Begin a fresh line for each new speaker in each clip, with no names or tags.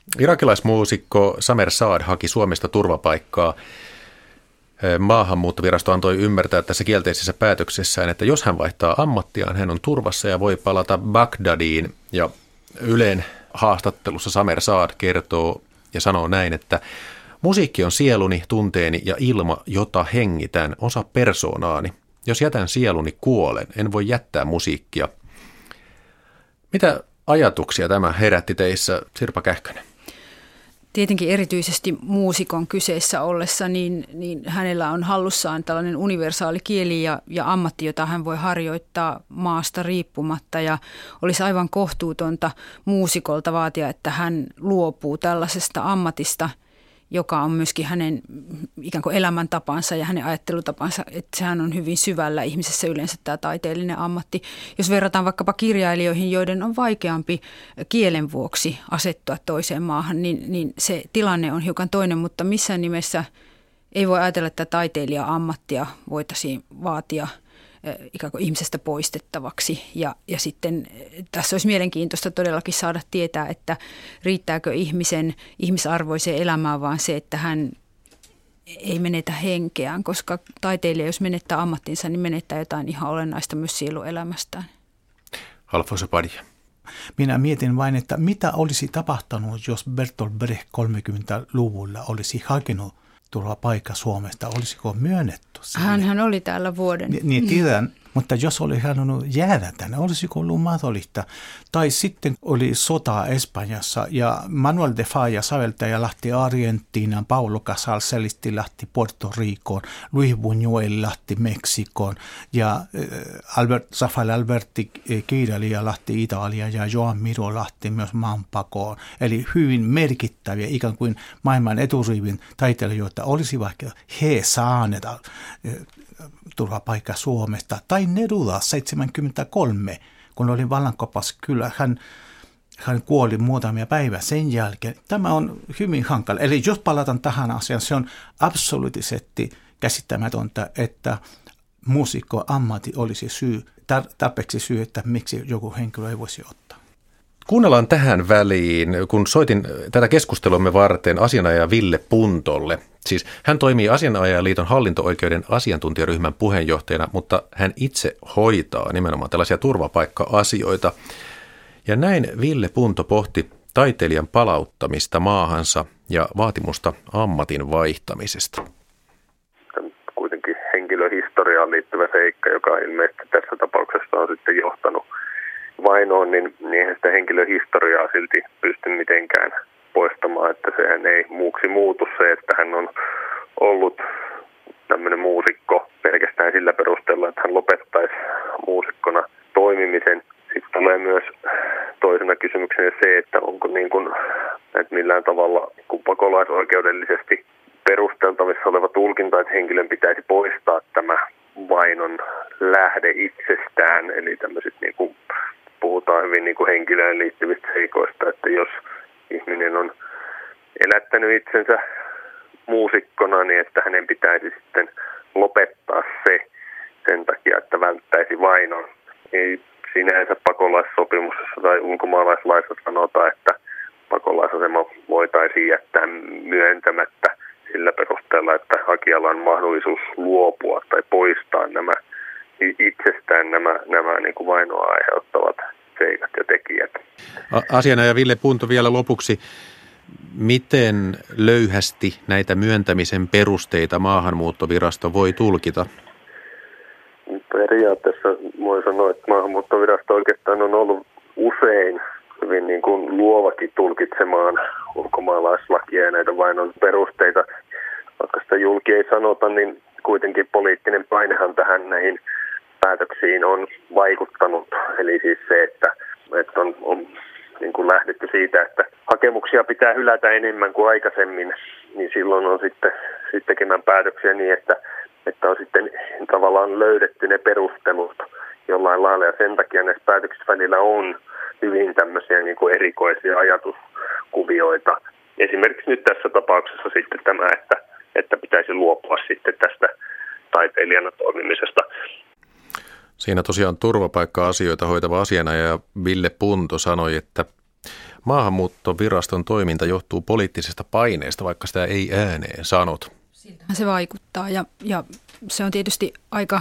Irakilaismuusikko Samer Saad haki Suomesta turvapaikkaa. Maahanmuuttovirasto antoi ymmärtää tässä kielteisessä päätöksessään, että jos hän vaihtaa ammattiaan, hän on turvassa ja voi palata Bagdadiin. Ja Ylen haastattelussa Samer Saad kertoo ja sanoo näin, että musiikki on sieluni, tunteeni ja ilma, jota hengitän, osa persoonaani. Jos jätän sieluni, kuolen, en voi jättää musiikkia. Mitä ajatuksia tämä herätti teissä, Sirpa Kähkönen?
Tietenkin erityisesti muusikon kyseessä ollessa, niin hänellä on hallussaan tällainen universaali kieli ja ammatti, jota hän voi harjoittaa maasta riippumatta. Ja olisi aivan kohtuutonta muusikolta vaatia, että hän luopuu tällaisesta ammatista, joka on myöskin hänen ikään kuin elämäntapansa ja hänen ajattelutapansa, että sehän on hyvin syvällä ihmisessä yleensä tämä taiteellinen ammatti. Jos verrataan vaikkapa kirjailijoihin, joiden on vaikeampi kielen vuoksi asettua toiseen maahan, niin se tilanne on hiukan toinen, mutta missään nimessä ei voi ajatella, että taiteilija-ammattia voitaisiin vaatia ikään kuin ihmisestä poistettavaksi. Ja sitten tässä olisi mielenkiintoista todellakin saada tietää, että riittääkö ihmisen ihmisarvoiseen elämään vaan se, että hän ei menetä henkeään, koska taiteilija, jos menettää ammattinsa, niin menettää jotain ihan olennaista myös sieluelämästään.
Alfonso Padilla.
Minä mietin vain, että mitä olisi tapahtunut, jos Bertolt Brecht 30-luvulla olisi hakenut turvapaikka Suomesta, olisiko myönnetty sille?
Hän oli täällä vuoden.
Niin tiedän, mutta jos oli halunnut jäädä tänne, olisiko ollut mahdollista? Tai sitten oli sota Espanjassa ja Manuel de Falla säveltäjä lähti Argentiinaan, Paulo Casal Celisti lähti Puerto Ricoon, Luis Buñuel lähti Meksikoon ja Rafael Alberti kirjailija lähti Italiaan ja Joan Miro lähti myös maanpakoon. Eli hyvin merkittäviä ikään kuin maailman eturivin taiteilijoita olisi vaikka he saaneet turvapaikka Suomesta. Tai Neruda 73, kun oli vallankopas, kyllä hän kuoli muutamia päivää sen jälkeen. Tämä on hyvin hankala. Eli jos palataan tähän asiaan, se on absoluuttisesti käsittämätöntä, että muusikko ammatti olisi tarpeeksi syy, että miksi joku henkilö ei voisi ottaa.
Kuunnellaan tähän väliin, kun soitin tätä keskustelumme varten asianajaja Ville Puntolle. Siis hän toimii Asianajajaliiton hallinto-oikeuden asiantuntijaryhmän puheenjohtajana, mutta hän itse hoitaa nimenomaan tällaisia turvapaikka-asioita. Ja näin Ville Punto pohti taiteilijan palauttamista maahansa ja vaatimusta ammatin vaihtamisesta.
Kuitenkin henkilöhistoriaan liittyvä seikka, joka ilmeisesti tässä tapauksessa on sitten johtanut vainoon, niin eihän sitä henkilöhistoriaa silti pysty mitenkään poistamaan, että sehän ei muuksi muutu se, että hän on ollut tämmöinen muusikko pelkästään sillä perusteella, että hän lopettaisi muusikkona toimimisen. Sitten tulee myös toisena kysymyksenä se, että onko niin kuin, että millään tavalla pakolaisoikeudellisesti perusteltavissa oleva tulkinta, että henkilön pitäisi poistaa tämä vainon lähde itsestään, eli tämmöiset niin kuin puhutaan hyvin niin kuin henkilöön liittyvistä seikoista, että jos ihminen on elättänyt itsensä muusikkona, niin että hänen pitäisi sitten lopettaa se sen takia, että välttäisi vainon. Ei sinänsä pakolaissopimuksessa tai ulkomaalaislaissa sanota, että pakolaisasema voitaisiin jättää myöntämättä sillä perusteella, että hakijalla on mahdollisuus luopua tai poistaa nämä itsestään nämä niin kuin vainoa aiheuttavat seikat ja tekijät.
Asianajaja Ville Punto vielä lopuksi. Miten löyhästi näitä myöntämisen perusteita Maahanmuuttovirasto voi tulkita?
Periaatteessa voi sanoa, että Maahanmuuttovirasto oikeastaan on ollut usein hyvin niin kuin luovakin tulkitsemaan ulkomaalaislakia ja näitä vainon perusteita. Vaikka sitä julki ei sanota, niin kuitenkin poliittinen painehan tähän näihin päätöksiin on vaikuttanut. Eli siis se, että on niin kuin lähdetty siitä, että hakemuksia pitää hylätä enemmän kuin aikaisemmin, niin silloin on sitten tekemään päätöksiä niin, että on sitten tavallaan löydetty ne perustelut jollain lailla. Ja sen takia näissä päätöksissä välillä on hyvin tämmöisiä niin kuin erikoisia ajatuskuvioita. Esimerkiksi nyt tässä tapauksessa sitten tämä, että pitäisi luopua sitten tästä taiteilijana toimimisesta.
Siinä tosiaan turvapaikka-asioita hoitava asianajaja Ville Punto sanoi, että maahanmuuttoviraston toiminta johtuu poliittisesta paineesta, vaikka sitä ei ääneen sanot.
Siltähän se vaikuttaa ja se on tietysti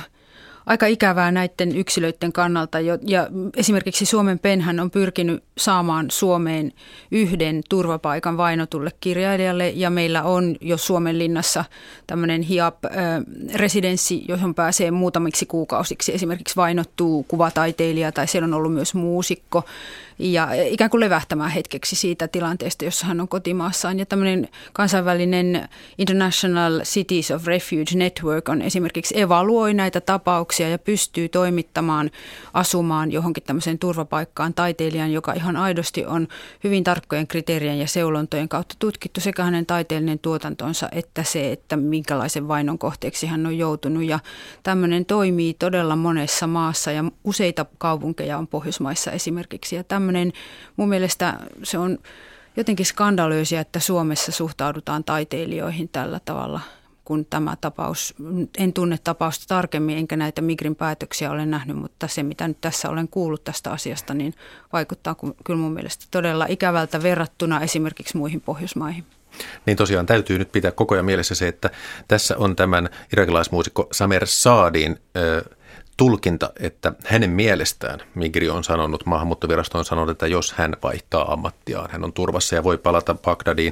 aika ikävää näiden yksilöiden kannalta. Ja esimerkiksi Suomen PENhän on pyrkinyt saamaan Suomeen yhden turvapaikan vainotulle kirjailijalle. Ja meillä on jo Suomenlinnassa tämmöinen HIAP-residenssi, johon pääsee muutamiksi kuukausiksi. Esimerkiksi vainottuu kuvataiteilija tai siellä on ollut myös muusikko. Ja ikään kuin levähtämään hetkeksi siitä tilanteesta, jossa hän on kotimaassaan. Ja tämmöinen kansainvälinen International Cities of Refuge Network on esimerkiksi evaluoi näitä tapauksia ja pystyy toimittamaan asumaan johonkin tämmöiseen turvapaikkaan taiteilijan, joka ihan aidosti on hyvin tarkkojen kriteerien ja seulontojen kautta tutkittu sekä hänen taiteellinen tuotantonsa että se, että minkälaisen vainon kohteeksi hän on joutunut. Ja tämmöinen toimii todella monessa maassa ja useita kaupunkeja on Pohjoismaissa esimerkiksi. Ja mun mielestä se on jotenkin skandalöisiä, että Suomessa suhtaudutaan taiteilijoihin tällä tavalla, kun tämä tapaus, en tunne tapausta tarkemmin, enkä näitä Migrin päätöksiä ole nähnyt, mutta se mitä nyt tässä olen kuullut tästä asiasta, niin vaikuttaa kyllä mun mielestä todella ikävältä verrattuna esimerkiksi muihin Pohjoismaihin.
Niin tosiaan täytyy nyt pitää koko ajan mielessä se, että tässä on tämän irakilaismuusikko Samer Saadin tulkinta, että hänen mielestään Migri on sanonut, maahanmuuttovirasto on sanonut, että jos hän vaihtaa ammattiaan, hän on turvassa ja voi palata Bagdadiin,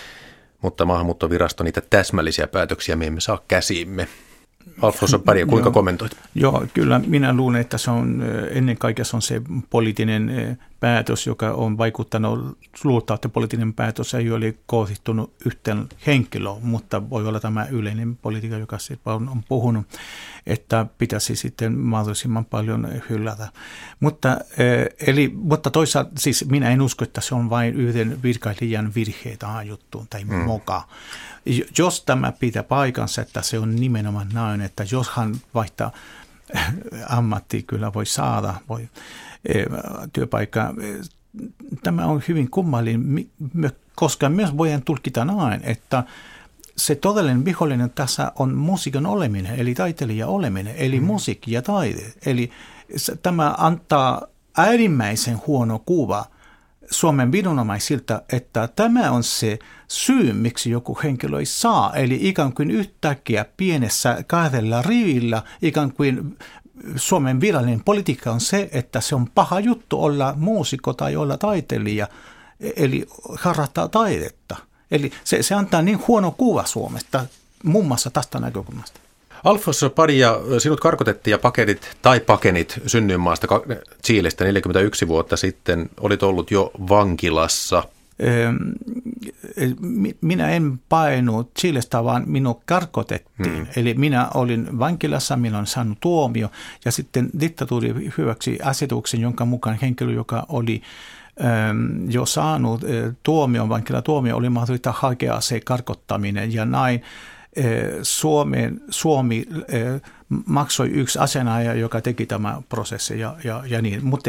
mutta maahanmuuttovirasto niitä täsmällisiä päätöksiä me emme saa käsiimme. Alfonso Paria, kuinka kommentoit?
Joo, kyllä minä luulen, että se on ennen kaikkea se on se poliittinen päätös, joka on vaikuttanut, luultaa, että poliittinen päätös ei ole kohdistunut yhteen henkilöön, mutta voi olla tämä yleinen politiikka, joka on puhunut, että pitäisi sitten mahdollisimman paljon hylätä. Mutta toisaalta siis minä en usko, että se on vain yhden virkailijan virhe tähän juttuun tai moka. Jos tämä pitää paikansa, että se on nimenomaan näin, että jos hän vaihtaa ammatti, kyllä voi saada työpaikka. Tämä on hyvin kummallinen, koska myös voidaan tulkita näin, että se todellinen vihollinen tässä on musiikin oleminen, eli taiteilija oleminen, eli musiikki ja taide. Eli tämä antaa äärimmäisen huono kuva Suomen viranomaisilta, että tämä on se syy, miksi joku henkilö ei saa. Eli ikään kuin yhtäkkiä pienessä kahdella rivillä, ikään kuin Suomen virallinen politiikka on se, että se on paha juttu olla muusikko tai olla taiteilija, eli harrastaa taidetta. Eli se antaa niin huono kuva Suomesta, muun muassa tästä näkökulmasta.
Alfonso Paria, sinut karkotettiin ja pakenit synnyinmaasta Chilestä 41 vuotta sitten. Olit ollut jo vankilassa.
Minä en paennut Chilestä, vaan minut karkotettiin. Eli minä olin vankilassa, minä olen saanut tuomio ja sitten diktatuuri hyväksyi asetuksen, jonka mukaan henkilö, joka oli jo saanut vankilatuomio, oli mahdollista hakea se karkottaminen ja näin. Suomi maksoi yksi asianajaja, joka teki tämä prosessi ja niin. Mutta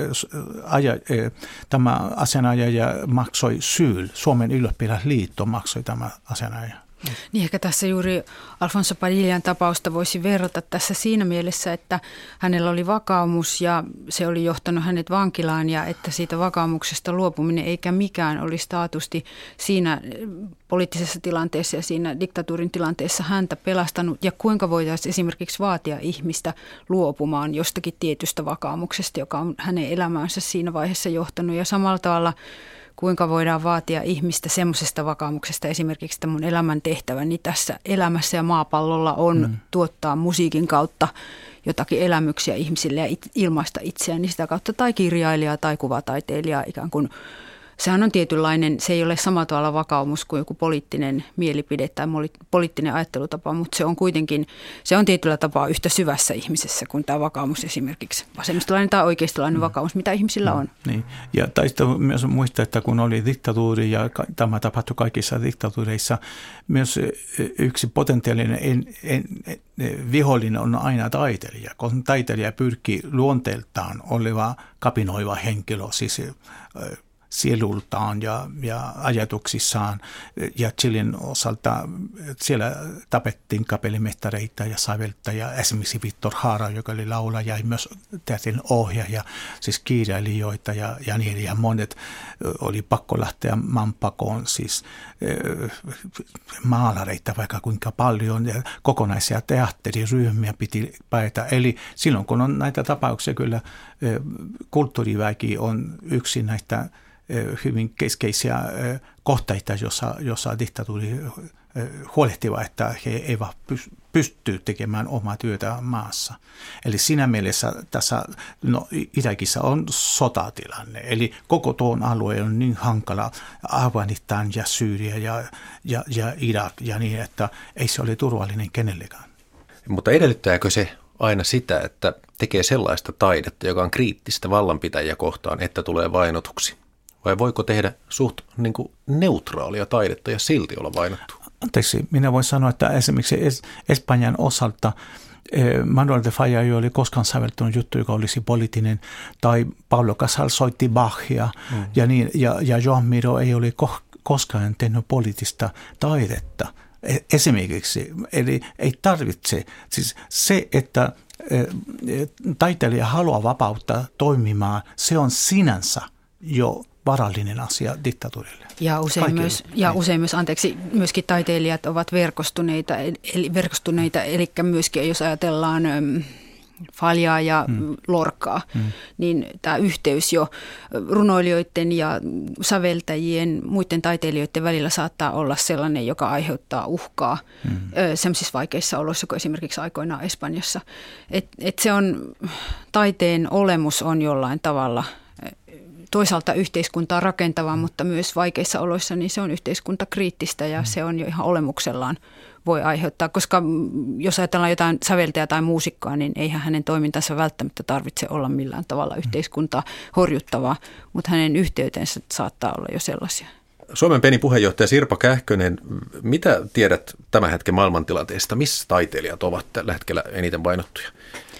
tämä asianajaja maksoi SYL, Suomen ylioppilasliitto maksoi tämä asianajaja.
Niin ehkä tässä juuri Alfonso Padillan tapausta voisi verrata tässä siinä mielessä, että hänellä oli vakaumus ja se oli johtanut hänet vankilaan ja että siitä vakaumuksesta luopuminen eikä mikään olisi taatusti siinä poliittisessa tilanteessa ja siinä diktatuurin tilanteessa häntä pelastanut ja kuinka voitaisiin esimerkiksi vaatia ihmistä luopumaan jostakin tietystä vakaumuksesta, joka on hänen elämäänsä siinä vaiheessa johtanut ja samalla tavalla kuinka voidaan vaatia ihmistä semmoisesta vakaumuksesta, esimerkiksi että mun elämän tehtäväni tässä elämässä ja maapallolla on tuottaa musiikin kautta jotakin elämyksiä ihmisille ja ilmaista itseään sitä kautta, tai kirjailijaa tai kuvataiteilijaa ikään kuin. Sehän on tietynlainen, se ei ole samalla tavalla vakaumus kuin joku poliittinen mielipide tai poliittinen ajattelutapa, mutta se on kuitenkin, se on tietyllä tapaa yhtä syvässä ihmisessä kuin tämä vakaumus esimerkiksi. Vasemmistolainen tai oikeistolainen vakaumus, mitä ihmisillä on. Niin.
Ja taisi myös muistaa, että kun oli diktatuuri ja tämä tapahtui kaikissa diktatuureissa, myös yksi potentiaalinen vihollinen on aina taiteilija, kun taiteilija pyrkii luonteeltaan oleva kapinoiva henkilö, siis sielultaan ja ajatuksissaan. Ja Chilin osalta siellä tapettiin kapellimestareita ja säveltäjiä, esimerkiksi Victor Jara, joka oli laulaja ja myös teatterin ohjaaja, siis kirjailijoita ja niin, ja monet oli pakko lähteä maanpakoon, siis maalareita vaikka kuinka paljon ja kokonaisia teatteriryhmiä piti paeta. Eli silloin kun on näitä tapauksia, kyllä kulttuuriväki on yksi näistä hyvin keskeisiä kohteita, jossa diktatuuri huolehtiva, että he eivät pysty tekemään omaa työtä maassa. Eli siinä mielessä tässä Irakissa on sotatilanne. Eli koko tuon alue on niin hankala, Afganistan ja Syyria ja Irak ja niin, että ei se ole turvallinen kenellekään.
Mutta edellyttääkö se aina sitä, että tekee sellaista taidetta, joka on kriittistä vallanpitäjiä kohtaan, että tulee vainotuksi? Vai voiko tehdä suht niin kuin neutraalia taidetta ja silti olla vainottu?
Anteeksi, minä voin sanoa, että esimerkiksi Espanjan osalta Manuel de Falla ei ole koskaan säveltänyt juttu, joka olisi poliittinen, tai Pablo Casals soitti Bachia, ja Joan Miró ei ole koskaan tehnyt poliittista taidetta. Esimerkiksi, eli ei tarvitse, siis se, että taiteilija haluaa vapauttaa toimimaan, se on sinänsä jo varallinen asia diktatuurille.
Ja usein myös, myöskin taiteilijat ovat verkostuneita, eli myöskin jos ajatellaan Faljaa ja Lorcaa, niin tämä yhteys jo runoilijoiden ja säveltäjien, muiden taiteilijoiden välillä saattaa olla sellainen, joka aiheuttaa uhkaa sellaisissa vaikeissa oloissa kuin esimerkiksi aikoinaan Espanjassa. Et se on, taiteen olemus on jollain tavalla toisaalta yhteiskuntaa rakentavaa, mutta myös vaikeissa oloissa niin se on yhteiskuntakriittistä ja se on jo ihan olemuksellaan voi aiheuttaa, koska jos ajatellaan jotain säveltäjää tai muusikkoa, niin eihän hänen toimintansa välttämättä tarvitse olla millään tavalla yhteiskuntaa horjuttavaa, mutta hänen yhteytensä saattaa olla jo sellaisia.
Suomen Penin puheenjohtaja Sirpa Kähkönen, mitä tiedät tämän hetken maailmantilanteesta? Missä taiteilijat ovat tällä hetkellä eniten vainottuja?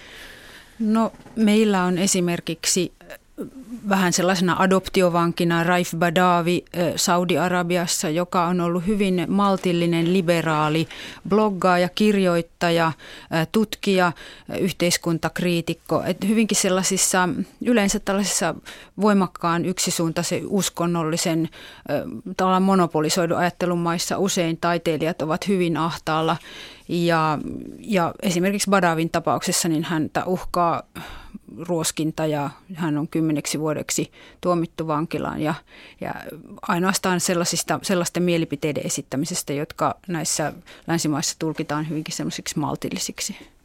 No meillä on esimerkiksi vähän sellaisena adoptiovankina Raif Badawi Saudi-Arabiassa, joka on ollut hyvin maltillinen, liberaali, bloggaaja, kirjoittaja, tutkija, yhteiskuntakriitikko. Et hyvinkin sellaisissa, yleensä tällaisissa voimakkaan yksisuuntaisen uskonnollisen tavallaan monopolisoidun ajattelun maissa usein taiteilijat ovat hyvin ahtaalla. Ja esimerkiksi Badawin tapauksessa niin häntä uhkaa ruoskinta ja hän on 10 vuodeksi tuomittu vankilaan ja ainoastaan sellaisten mielipiteiden esittämisestä, jotka näissä länsimaissa tulkitaan hyvinkin sellaisiksi maltillisiksi.